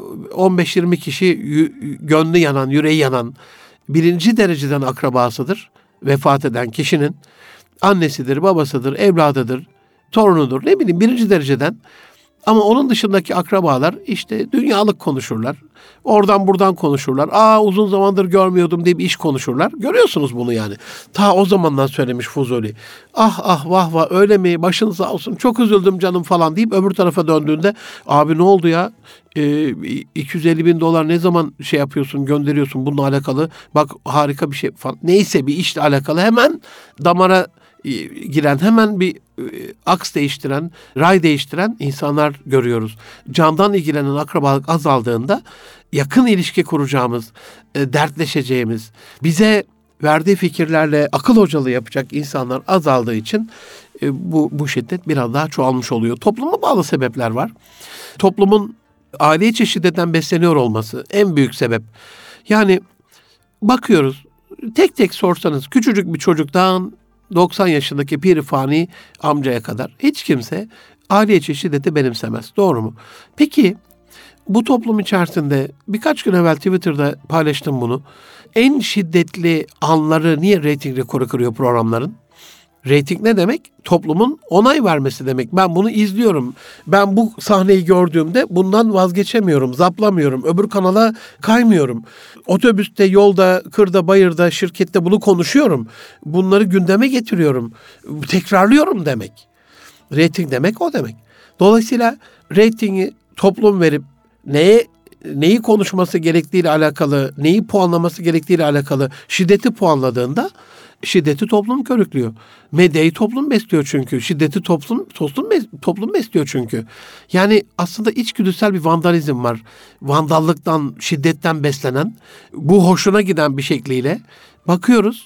on beş yirmi kişi gönlü yanan, yüreği yanan birinci dereceden akrabasıdır. Vefat eden kişinin annesidir, babasıdır, evladıdır, torunudur, ne bileyim birinci dereceden. Ama onun dışındaki akrabalar işte dünyalık konuşurlar. Oradan buradan konuşurlar. Aa uzun zamandır görmüyordum diye bir iş konuşurlar. Görüyorsunuz bunu yani. Ta o zamandan söylemiş Fuzuli. Ah ah vah vah öyle mi, başın sağ olsun, çok üzüldüm canım falan deyip öbür tarafa döndüğünde abi ne oldu ya? Ee, iki yüz elli bin dolar ne zaman şey yapıyorsun, gönderiyorsun bununla alakalı. Bak harika bir şey falan. Neyse bir işle alakalı hemen damara giren, hemen bir aks değiştiren, ray değiştiren insanlar görüyoruz. Candan ilgilenen akrabalık azaldığında yakın ilişki kuracağımız, dertleşeceğimiz, bize verdiği fikirlerle akıl hocalığı yapacak insanlar azaldığı için bu, bu şiddet biraz daha çoğalmış oluyor. Topluma bağlı sebepler var. Toplumun aile içi şiddetten besleniyor olması en büyük sebep. Yani bakıyoruz, tek tek sorsanız küçücük bir çocuktan doksan yaşındaki pirifani amcaya kadar hiç kimse aile içi şiddeti benimsemez. Doğru mu? Peki bu toplum içerisinde birkaç gün evvel Twitter'da paylaştım bunu. En şiddetli anları niye reyting rekoru kırıyor programların? Reyting ne demek? Toplumun onay vermesi demek. Ben bunu izliyorum. Ben bu sahneyi gördüğümde bundan vazgeçemiyorum, zaplamıyorum. Öbür kanala kaymıyorum. Otobüste, yolda, kırda, bayırda, şirkette bunu konuşuyorum. Bunları gündeme getiriyorum. Tekrarlıyorum demek. Reyting demek o demek. Dolayısıyla reytingi toplum verip neye neyi konuşması gerektiğiyle alakalı, neyi puanlaması gerektiğiyle alakalı şiddeti puanladığında şiddeti toplum körüklüyor. Medyayı toplum besliyor çünkü. Şiddeti toplum toplum toplum besliyor çünkü. Yani aslında içgüdüsel bir vandalizm var. Vandallıktan, şiddetten beslenen, bu hoşuna giden bir şekliyle bakıyoruz.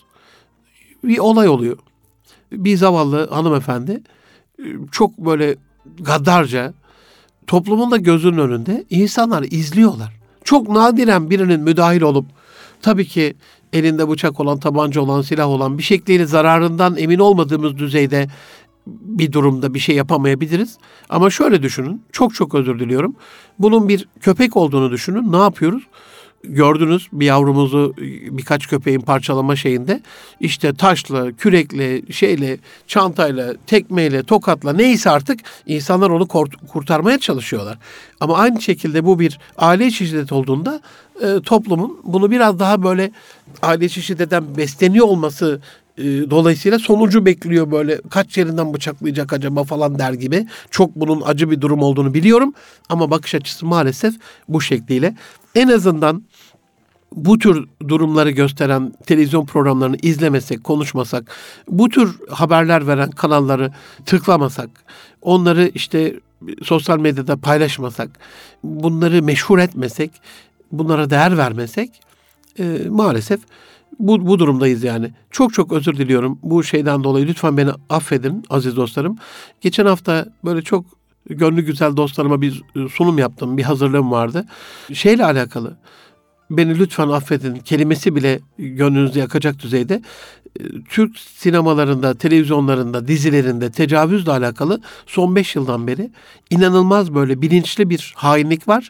Bir olay oluyor. Bir zavallı hanımefendi çok böyle gaddarca toplumun da gözünün önünde insanlar izliyorlar. Çok nadiren birinin müdahil olup, tabii ki elinde bıçak olan, tabanca olan, silah olan, bir şekliyle zararından emin olmadığımız düzeyde bir durumda bir şey yapamayabiliriz. Ama şöyle düşünün, çok çok özür diliyorum. Bunun bir köpek olduğunu düşünün. Ne yapıyoruz? Gördünüz bir yavrumuzu birkaç köpeğin parçalama şeyinde, işte taşla, kürekle, şeyle, çantayla, tekmeyle, tokatla, neyse artık insanlar onu kurtarmaya çalışıyorlar. Ama aynı şekilde bu bir aile içi şiddet olduğunda e, toplumun bunu biraz daha böyle aile içi şiddetten besleniyor olması e, dolayısıyla sonucu bekliyor, böyle kaç yerinden bıçaklayacak acaba falan der gibi. Çok bunun acı bir durum olduğunu biliyorum ama bakış açısı maalesef bu şekliyle. En azından bu tür durumları gösteren televizyon programlarını izlemesek, konuşmasak, bu tür haberler veren kanalları tıklamasak, onları işte sosyal medyada paylaşmasak, bunları meşhur etmesek, bunlara değer vermesek e, maalesef bu, bu durumdayız yani. Çok çok özür diliyorum bu şeyden dolayı. Lütfen beni affedin aziz dostlarım. Geçen hafta böyle çok gönlü güzel dostlarıma bir sunum yaptım. Bir hazırlığım vardı. Şeyle alakalı. Beni lütfen affedin kelimesi bile gönlünüzü yakacak düzeyde. Türk sinemalarında, televizyonlarında, dizilerinde tecavüzle alakalı son beş yıldan beri inanılmaz böyle bilinçli bir hainlik var.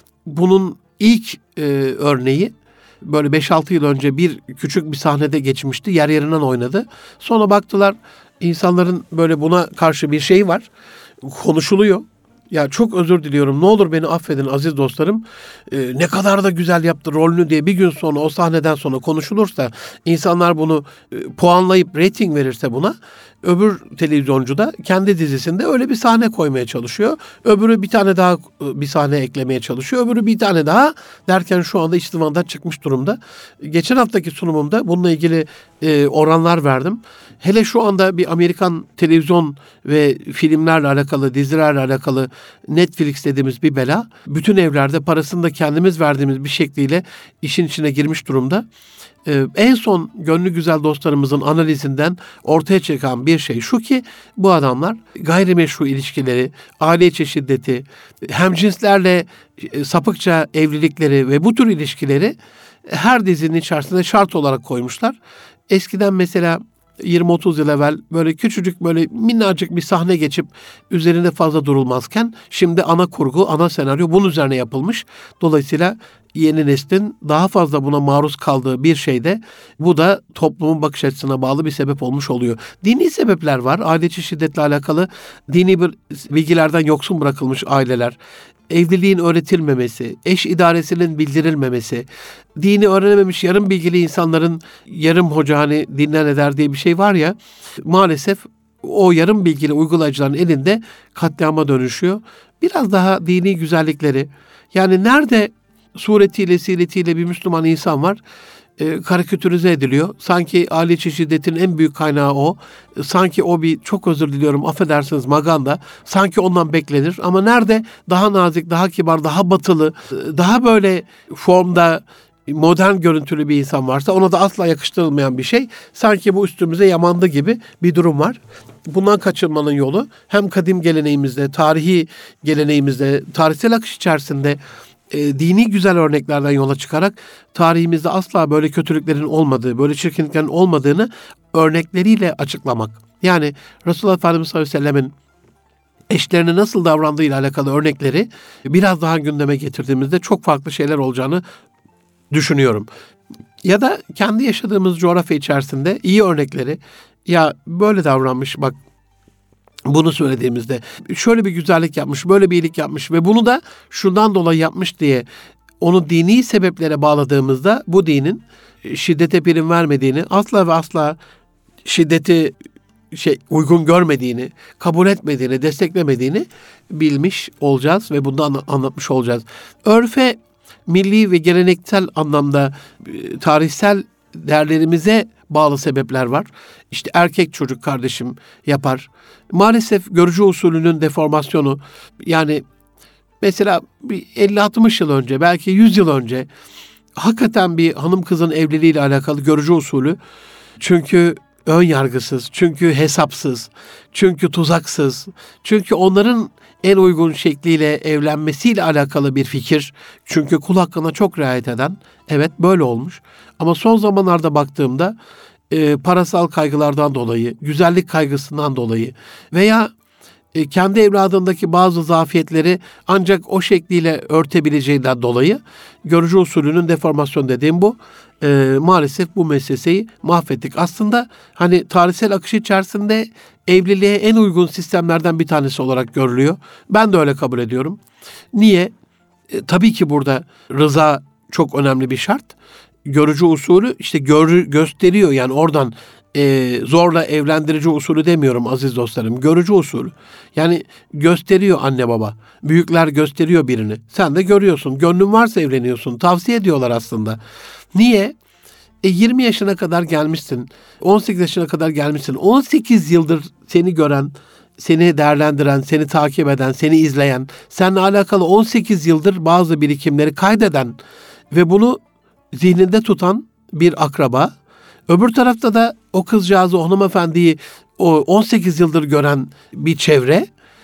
Bunun ilk e, örneği böyle beş altı yıl önce bir küçük bir sahnede geçmişti. Yer yerinden oynadı. Sonra baktılar insanların böyle buna karşı bir şey var. Konuşuluyor. Ya çok özür diliyorum. Ne olur beni affedin aziz dostlarım. Ee, ne kadar da güzel yaptı rolünü diye bir gün sonra o sahneden sonra konuşulursa, insanlar bunu e, puanlayıp rating verirse buna, öbür televizyoncu da kendi dizisinde öyle bir sahne koymaya çalışıyor. Öbürü bir tane daha bir sahne eklemeye çalışıyor. Öbürü bir tane daha derken şu anda iş divanından çıkmış durumda. Geçen haftaki sunumumda bununla ilgili e, oranlar verdim. Hele şu anda bir Amerikan televizyon ve filmlerle alakalı, dizilerle alakalı Netflix dediğimiz bir bela, bütün evlerde parasını da kendimiz verdiğimiz bir şekliyle işin içine girmiş durumda. Ee, en son gönlü güzel dostlarımızın analizinden ortaya çıkan bir şey şu ki, bu adamlar gayrimeşru ilişkileri, aile içi şiddeti, hemcinslerle e, sapıkça evlilikleri ve bu tür ilişkileri her dizinin içerisinde şart olarak koymuşlar. Eskiden mesela yirmi otuz yıl evvel böyle küçücük, böyle minnacık bir sahne geçip üzerinde fazla durulmazken şimdi ana kurgu, ana senaryo bunun üzerine yapılmış. Dolayısıyla yeni neslin daha fazla buna maruz kaldığı bir şeyde, bu da toplumun bakış açısına bağlı bir sebep olmuş oluyor. Dini sebepler var. Aile içi şiddetle alakalı dini bir bilgilerden yoksun bırakılmış aileler, evliliğin öğretilmemesi, eş idaresinin bildirilmemesi, dini öğrenememiş yarım bilgili insanların, yarım hoca hani dinlen eder diye bir şey var ya, maalesef o yarım bilgili uygulayıcıların elinde katliama dönüşüyor. Biraz daha dini güzellikleri, yani nerede suretiyle, siretiyle bir Müslüman insan var, e, karikatürize ediliyor. Sanki aile içi şiddetin en büyük kaynağı o. E, sanki o bir, çok özür diliyorum, affedersiniz, maganda. Sanki ondan beklenir. Ama nerede daha nazik, daha kibar, daha batılı, e, daha böyle formda modern görüntülü bir insan varsa ona da asla yakıştırılmayan bir şey. Sanki bu üstümüze yamandı gibi bir durum var. Bundan kaçınmanın yolu hem kadim geleneğimizde, tarihi geleneğimizde, tarihsel akış içerisinde E, dini güzel örneklerden yola çıkarak tarihimizde asla böyle kötülüklerin olmadığı, böyle çirkinliklerin olmadığını örnekleriyle açıklamak. Yani Resulullah Efendimiz sallallahu aleyhi ve sellemin eşlerine nasıl davrandığıyla alakalı örnekleri biraz daha gündeme getirdiğimizde çok farklı şeyler olacağını düşünüyorum. Ya da kendi yaşadığımız coğrafya içerisinde iyi örnekleri, ya böyle davranmış bak, bunu söylediğimizde şöyle bir güzellik yapmış, böyle bir iyilik yapmış ve bunu da şundan dolayı yapmış diye onu dini sebeplere bağladığımızda bu dinin şiddete prim vermediğini, asla ve asla şiddeti şey uygun görmediğini, kabul etmediğini, desteklemediğini bilmiş olacağız ve bundan anlatmış olacağız. Örfe, milli ve geleneksel anlamda tarihsel değerlerimize bağlı sebepler var. İşte erkek çocuk kardeşim yapar. Maalesef görücü usulünün deformasyonu, yani mesela elli altmış yıl önce, belki yüz yıl önce hakikaten bir hanım kızın evliliğiyle alakalı görücü usulü. Çünkü ön yargısız, çünkü hesapsız, çünkü tuzaksız, çünkü onların en uygun şekliyle evlenmesiyle alakalı bir fikir, çünkü kul hakkına çok riayet eden, evet böyle olmuş. Ama son zamanlarda baktığımda e, parasal kaygılardan dolayı, güzellik kaygısından dolayı veya e, kendi evladındaki bazı zafiyetleri ancak o şekliyle örtebileceğinden dolayı görücü usulünün deformasyon dediğim bu. E, maalesef bu meseleyi mahvettik. Aslında hani tarihsel akış içerisinde evliliğe en uygun sistemlerden bir tanesi olarak görülüyor. Ben de öyle kabul ediyorum. Niye? E, tabii ki burada rıza çok önemli bir şart. Görücü usulü işte gör, gösteriyor yani oradan e, zorla evlendirici usulü demiyorum aziz dostlarım. Görücü usulü. Yani gösteriyor anne baba. Büyükler gösteriyor birini. Sen de görüyorsun. Gönlün varsa evleniyorsun. Tavsiye ediyorlar aslında. Niye? E yirmi yaşına kadar gelmişsin. on sekiz yaşına kadar gelmişsin. on sekiz yıldır seni gören, seni değerlendiren, seni takip eden, seni izleyen, seninle alakalı on sekiz yıldır bazı birikimleri kaydeden ve bunu zihninde tutan bir akraba. Öbür tarafta da o kızcağızı, o hanımefendiyi o on sekiz yıldır gören bir çevre.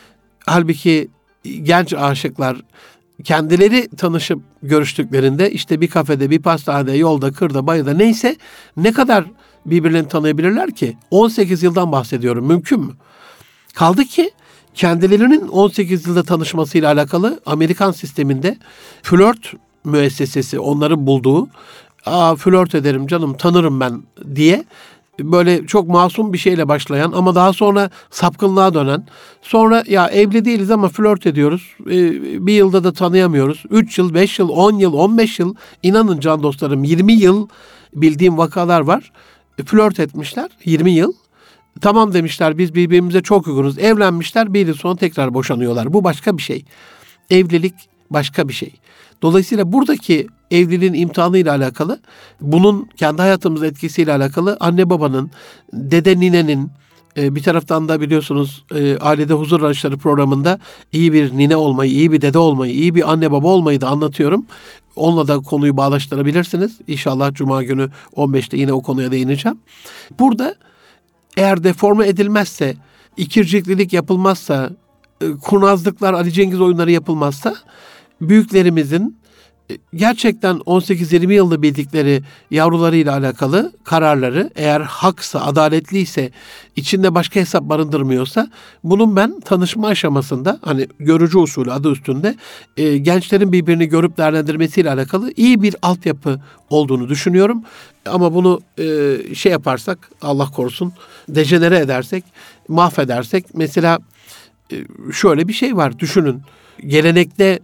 Halbuki genç aşıklar kendileri tanışıp görüştüklerinde işte bir kafede, bir pastanede, yolda, kırda, bayırda neyse ne kadar birbirlerini tanıyabilirler ki? on sekiz yıldan bahsediyorum. Mümkün mü? Kaldı ki kendilerinin on sekiz yılda tanışmasıyla alakalı Amerikan sisteminde flört müessesesi onları bulduğu, aa flört ederim canım tanırım ben diye böyle çok masum bir şeyle başlayan ama daha sonra sapkınlığa dönen, sonra ya evli değiliz ama flört ediyoruz, bir yılda da tanıyamıyoruz, üç yıl, beş yıl, on yıl, on beş yıl, inanın can dostlarım yirmi yıl bildiğim vakalar var. Flört etmişler yirmi yıl. Tamam demişler biz birbirimize çok uygunuz. Evlenmişler bir yıl sonra tekrar boşanıyorlar. Bu başka bir şey. Evlilik başka bir şey. Dolayısıyla buradaki evliliğin imtihanıyla alakalı, bunun kendi hayatımıza etkisiyle alakalı anne babanın, dede ninenin, bir taraftan da biliyorsunuz Ailede Huzur Arayışları programında iyi bir nine olmayı, iyi bir dede olmayı, iyi bir anne baba olmayı da anlatıyorum. Onunla da konuyu bağlaştırabilirsiniz. İnşallah Cuma günü on beşte yine o konuya değineceğim. Burada eğer deforme edilmezse, ikirciklilik yapılmazsa, kurnazlıklar, Ali Cengiz oyunları yapılmazsa, büyüklerimizin gerçekten on sekiz yirmi yılda bildikleri yavrularıyla alakalı kararları eğer haksa, adaletliyse, içinde başka hesap barındırmıyorsa, bunun ben tanışma aşamasında hani görücü usulü adı üstünde e, gençlerin birbirini görüp değerlendirmesiyle alakalı iyi bir altyapı olduğunu düşünüyorum. Ama bunu e, şey yaparsak, Allah korusun, dejenere edersek, mahvedersek, mesela e, şöyle bir şey var, düşünün. Gelenekte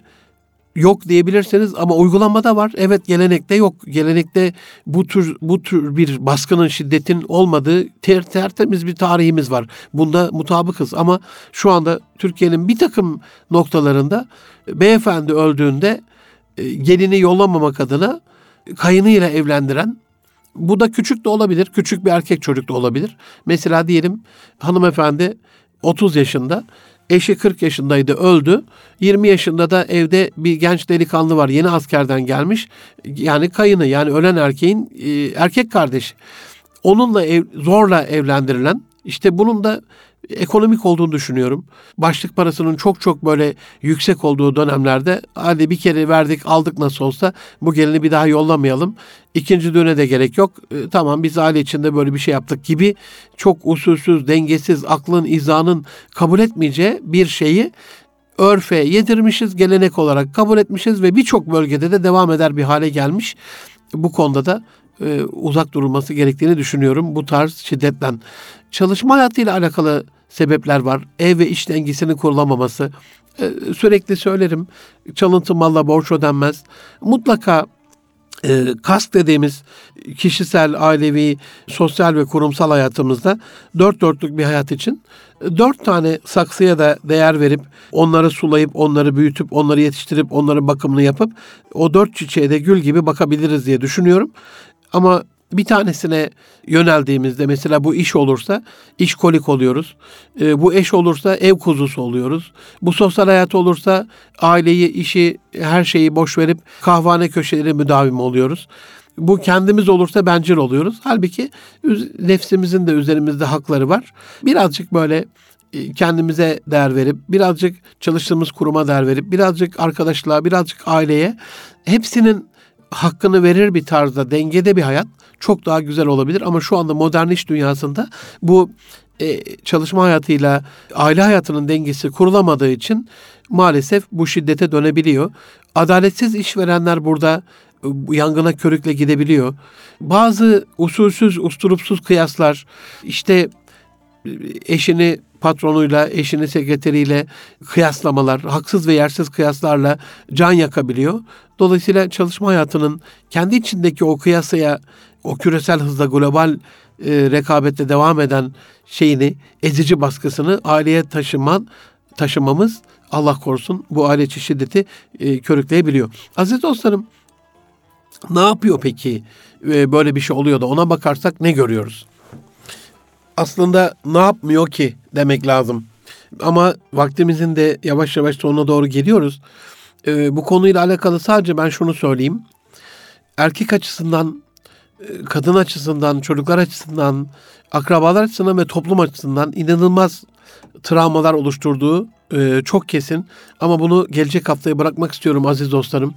yok diyebilirsiniz ama uygulamada var. Evet, gelenekte yok. Gelenekte bu tür bu tür bir baskının, şiddetin olmadığı ter, tertemiz bir tarihimiz var. Bunda mutabıkız ama şu anda Türkiye'nin bir takım noktalarında beyefendi öldüğünde e, gelini yollamamak adına kayınıyla evlendiren, bu da küçük de olabilir, küçük bir erkek çocuk da olabilir. Mesela diyelim hanımefendi otuz yaşında, eşi kırk yaşındaydı, öldü. yirmi yaşında da evde bir genç delikanlı var, yeni askerden gelmiş. Yani kayını, yani ölen erkeğin e, erkek kardeşi. Onunla ev, zorla evlendirilen, işte bunun da ekonomik olduğunu düşünüyorum. Başlık parasının çok çok böyle yüksek olduğu dönemlerde, hadi bir kere verdik aldık nasıl olsa, bu gelini bir daha yollamayalım, İkinci düğüne de gerek yok, e, tamam biz aile içinde böyle bir şey yaptık gibi çok usulsüz, dengesiz, aklın, izanın kabul etmeyeceği bir şeyi örfe yedirmişiz, gelenek olarak kabul etmişiz ve birçok bölgede de devam eder bir hale gelmiş. Bu konuda da e, uzak durulması gerektiğini düşünüyorum bu tarz şiddetten. Çalışma hayatıyla alakalı sebepler var. Ev ve iş dengesinin kurulamaması. E, sürekli söylerim, çalıntı malla borç ödenmez. Mutlaka e, kask dediğimiz kişisel, ailevi, sosyal ve kurumsal hayatımızda dört dörtlük bir hayat için dört tane saksıya da değer verip, onları sulayıp, onları büyütüp, onları yetiştirip, onların bakımını yapıp, o dört çiçeğe de gül gibi bakabiliriz diye düşünüyorum. Ama bir tanesine yöneldiğimizde, mesela bu iş olursa işkolik oluyoruz. E, bu eş olursa ev kuzusu oluyoruz. Bu sosyal hayat olursa aileyi, işi, her şeyi boş verip kahvehane köşeleri müdavimi oluyoruz. Bu kendimiz olursa bencil oluyoruz. Halbuki nefsimizin de üzerimizde hakları var. Birazcık böyle kendimize değer verip, birazcık çalıştığımız kuruma değer verip, birazcık arkadaşlığa, birazcık aileye, hepsinin hakkını verir bir tarzda, dengede bir hayat çok daha güzel olabilir. Ama şu anda modern iş dünyasında bu e, çalışma hayatıyla aile hayatının dengesi kurulamadığı için maalesef bu şiddete dönebiliyor. Adaletsiz işverenler burada e, yangına körükle gidebiliyor. Bazı usulsüz, usturupsuz kıyaslar, işte eşini patronuyla, eşini sekreteriyle kıyaslamalar, haksız ve yersiz kıyaslarla can yakabiliyor. Dolayısıyla çalışma hayatının kendi içindeki o kıyasaya, o küresel hızla global e, rekabette devam eden şeyini, ezici baskısını aileye taşıman, taşımamız Allah korusun bu aile içi şiddeti e, körükleyebiliyor. Aziz dostlarım, ne yapıyor peki e, böyle bir şey oluyor da ona bakarsak ne görüyoruz? Aslında ne yapmıyor ki demek lazım. Ama vaktimizin de yavaş yavaş sonuna doğru geliyoruz. Ee, bu konuyla alakalı sadece ben şunu söyleyeyim. Erkek açısından, kadın açısından, çocuklar açısından, akrabalar açısından ve toplum açısından inanılmaz travmalar oluşturduğu e, çok kesin. Ama bunu gelecek haftaya bırakmak istiyorum aziz dostlarım.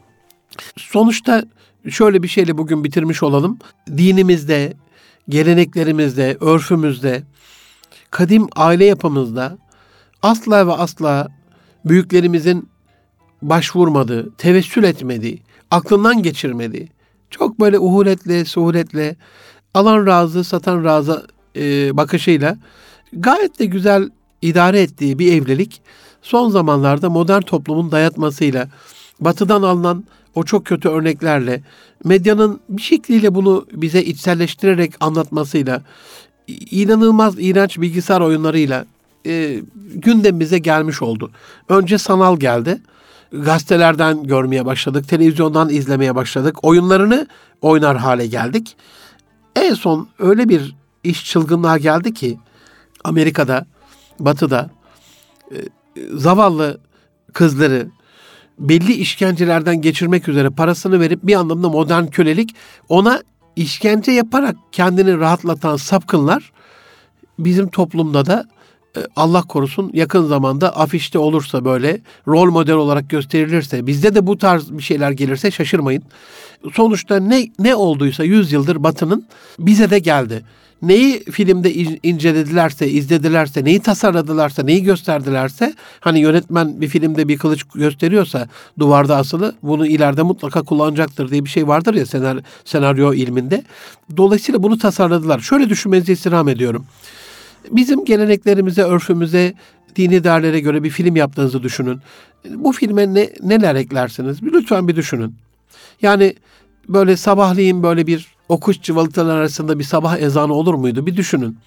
Sonuçta şöyle bir şeyle bugün bitirmiş olalım. Dinimizde, geleneklerimizde, örfümüzde, kadim aile yapımızda asla ve asla büyüklerimizin başvurmadığı, tevessül etmediği, aklından geçirmediği, çok böyle uhuletle, suhuletle, alan razı, satan razı e, bakışıyla gayet de güzel idare ettiği bir evlilik, son zamanlarda modern toplumun dayatmasıyla, batıdan alınan o çok kötü örneklerle, medyanın bir şekliyle bunu bize içselleştirerek anlatmasıyla, inanılmaz iğrenç bilgisayar oyunlarıyla e, gündemimize gelmiş oldu. Önce sanal geldi. Gazetelerden görmeye başladık, televizyondan izlemeye başladık. Oyunlarını oynar hale geldik. En son öyle bir iş çılgınlığa geldi ki Amerika'da, Batı'da e, zavallı kızları belli işkencelerden geçirmek üzere parasını verip bir anlamda modern kölelik, ona işkence yaparak kendini rahatlatan sapkınlar bizim toplumda da Allah korusun yakın zamanda afişte olursa, böyle rol model olarak gösterilirse, bizde de bu tarz bir şeyler gelirse şaşırmayın. Sonuçta ne ne olduysa yüz yıldır Batı'nın bize de geldi. Neyi filmde inceledilerse, izledilerse, neyi tasarladılarsa, neyi gösterdilerse, hani yönetmen bir filmde bir kılıç gösteriyorsa duvarda asılı, bunu ileride mutlaka kullanacaktır diye bir şey vardır ya senaryo, senaryo ilminde. Dolayısıyla bunu tasarladılar. Şöyle düşünmenizi istirham ediyorum. Bizim geleneklerimize, örfümüze, dini değerlere göre bir film yaptığınızı düşünün. Bu filme ne, neler eklersiniz? Lütfen bir düşünün. Yani böyle sabahleyin böyle bir o kuş cıvıltılar arasında bir sabah ezanı olur muydu? Bir düşünün.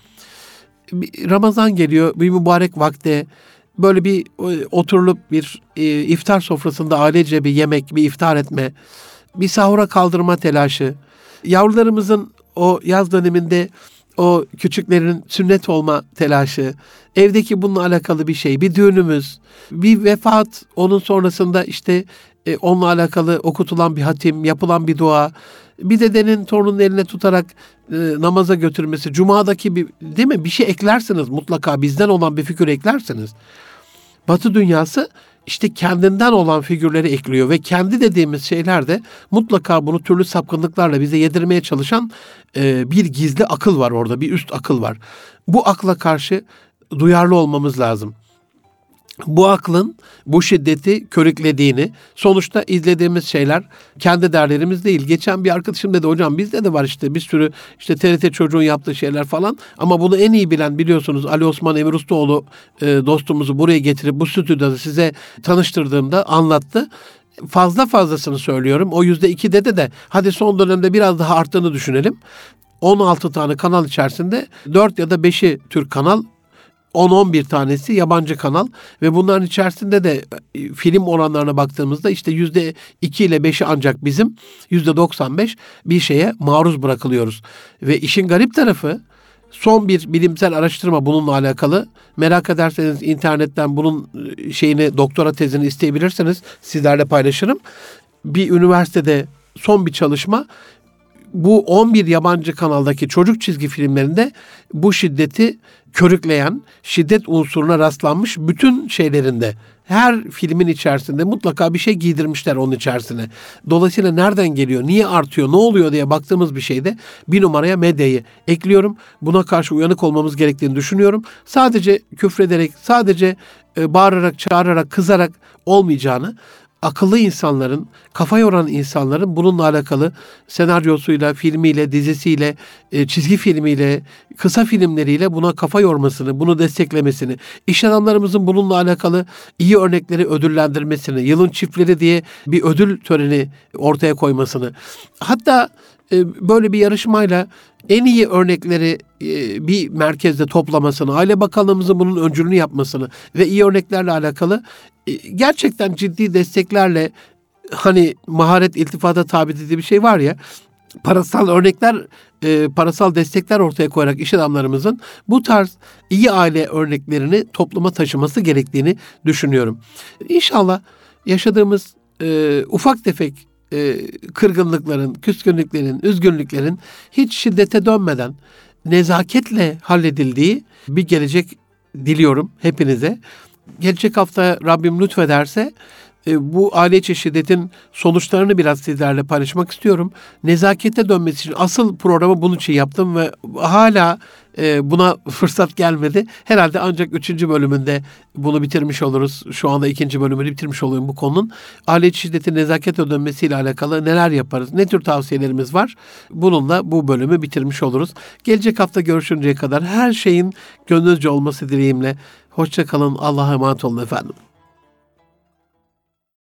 Bir Ramazan geliyor, bir mübarek vakte böyle bir oturulup bir e, iftar sofrasında ailece bir yemek, bir iftar etme, bir sahura kaldırma telaşı, yavrularımızın o yaz döneminde o küçüklerin sünnet olma telaşı, evdeki bununla alakalı bir şey, bir düğünümüz, bir vefat, onun sonrasında işte e, onunla alakalı okutulan bir hatim, yapılan bir dua, bir dedenin torunun eline tutarak e, namaza götürmesi, cumadaki bir, değil mi? Bir şey eklersiniz mutlaka, bizden olan bir figür eklersiniz. Batı dünyası işte kendinden olan figürleri ekliyor ve kendi dediğimiz şeyler de mutlaka bunu türlü sapkınlıklarla bize yedirmeye çalışan e, bir gizli akıl var orada, bir üst akıl var. Bu akla karşı duyarlı olmamız lazım. Bu aklın bu şiddeti körüklediğini, sonuçta izlediğimiz şeyler kendi değerlerimiz değil. Geçen bir arkadaşım dedi, hocam bizde de var işte bir sürü işte T R T çocuğun yaptığı şeyler falan, ama bunu en iyi bilen biliyorsunuz Ali Osman Emir Ustaoğlu e, dostumuzu buraya getirip bu stüdyoda size tanıştırdığımda anlattı. Fazla fazlasını söylüyorum. O yüzde ikide de de hadi son dönemde biraz daha arttığını düşünelim. on altı tane kanal içerisinde dört ya da beşi Türk kanal, on on bir tanesi yabancı kanal ve bunların içerisinde de film oranlarına baktığımızda işte yüzde iki ile beşi ancak bizim, yüzde doksan beş bir şeye maruz bırakılıyoruz. Ve işin garip tarafı, son bir bilimsel araştırma bununla alakalı. Merak ederseniz internetten bunun şeyini, doktora tezini isteyebilirsiniz. Sizlerle paylaşırım. Bir üniversitede son bir çalışma. Bu on bir yabancı kanaldaki çocuk çizgi filmlerinde bu şiddeti körükleyen, şiddet unsuruna rastlanmış bütün şeylerinde, her filmin içerisinde mutlaka bir şey giydirmişler onun içerisine. Dolayısıyla nereden geliyor, niye artıyor, ne oluyor diye baktığımız bir şeyde bir numaraya medyayı ekliyorum. Buna karşı uyanık olmamız gerektiğini düşünüyorum. Sadece küfrederek, sadece e, bağırarak, çağırarak, kızarak olmayacağını, akıllı insanların, kafa yoran insanların bununla alakalı senaryosuyla, filmiyle, dizisiyle, e, çizgi filmiyle, kısa filmleriyle buna kafa yormasını, bunu desteklemesini, iş adamlarımızın bununla alakalı iyi örnekleri ödüllendirmesini, yılın çiftleri diye bir ödül töreni ortaya koymasını, hatta e, böyle bir yarışmayla en iyi örnekleri e, bir merkezde toplamasını, Aile Bakanlığımızın bunun öncülüğünü yapmasını ve iyi örneklerle alakalı e, gerçekten ciddi desteklerle, hani maharet iltifata tabi dediği bir şey var ya, parasal örnekler, e, parasal destekler ortaya koyarak iş adamlarımızın bu tarz iyi aile örneklerini topluma taşıması gerektiğini düşünüyorum. İnşallah yaşadığımız e, ufak tefek e, kırgınlıkların, küskünlüklerin, üzgünlüklerin hiç şiddete dönmeden nezaketle halledildiği bir gelecek diliyorum hepinize. Gelecek hafta Rabbim lütfederse e, bu aile içi şiddetin sonuçlarını biraz sizlerle paylaşmak istiyorum. Nezakete dönmesi için asıl programı bunun için yaptım ve hala e, buna fırsat gelmedi. Herhalde ancak üçüncü bölümünde bunu bitirmiş oluruz. Şu anda ikinci bölümünü bitirmiş oluyorum bu konunun. Aile içi şiddetin nezakete dönmesiyle alakalı neler yaparız, ne tür tavsiyelerimiz var? Bununla bu bölümü bitirmiş oluruz. Gelecek hafta görüşünceye kadar her şeyin gönlünüzce olması dileğimle. Hoşça kalın, Allah'a emanet olun efendim.